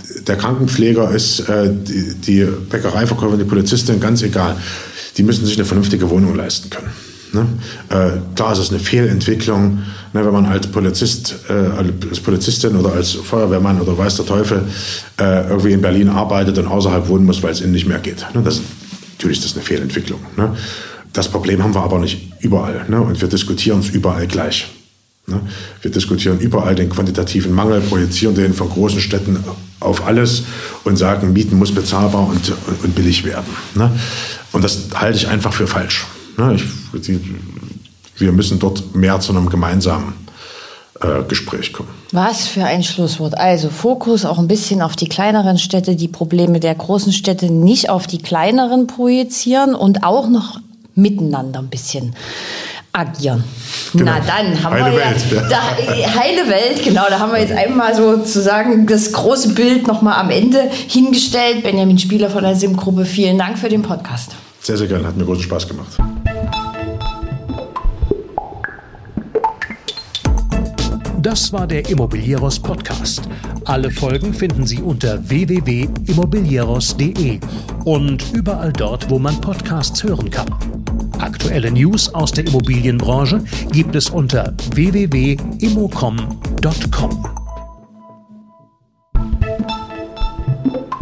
der Krankenpfleger ist, äh, die, die Bäckereiverkäuferin, die Polizistin, ganz egal. Die müssen sich eine vernünftige Wohnung leisten können. Ne? Äh, klar ist es eine Fehlentwicklung, ne, wenn man als Polizist, äh, als Polizistin oder als Feuerwehrmann oder weiß der Teufel äh, irgendwie in Berlin arbeitet und außerhalb wohnen muss, weil es innen nicht mehr geht. Ne? Das, natürlich ist das eine Fehlentwicklung. Ne? Das Problem haben wir aber nicht überall. Ne? Und wir diskutieren es überall gleich. Ne? Wir diskutieren überall den quantitativen Mangel, projizieren den von großen Städten auf alles und sagen, Mieten muss bezahlbar und, und billig werden. Ne? Und das halte ich einfach für falsch. Ne? Ich, die, wir müssen dort mehr zu einem gemeinsamen äh, Gespräch kommen. Was für ein Schlusswort. Also Fokus auch ein bisschen auf die kleineren Städte, die Probleme der großen Städte nicht auf die kleineren projizieren und auch noch miteinander ein bisschen agieren. Genau. Na dann haben heile wir ja, Welt, ja. Da, heile Welt, genau, da haben wir jetzt einmal sozusagen das große Bild nochmal am Ende hingestellt. Benjamin Spieler von der SIM-Gruppe, vielen Dank für den Podcast. Sehr, sehr gerne, hat mir großen Spaß gemacht. Das war der Immobilieros Podcast. Alle Folgen finden Sie unter w w w punkt immobilieros punkt de und überall dort, wo man Podcasts hören kann. Aktuelle News aus der Immobilienbranche gibt es unter w w w punkt immocom punkt com.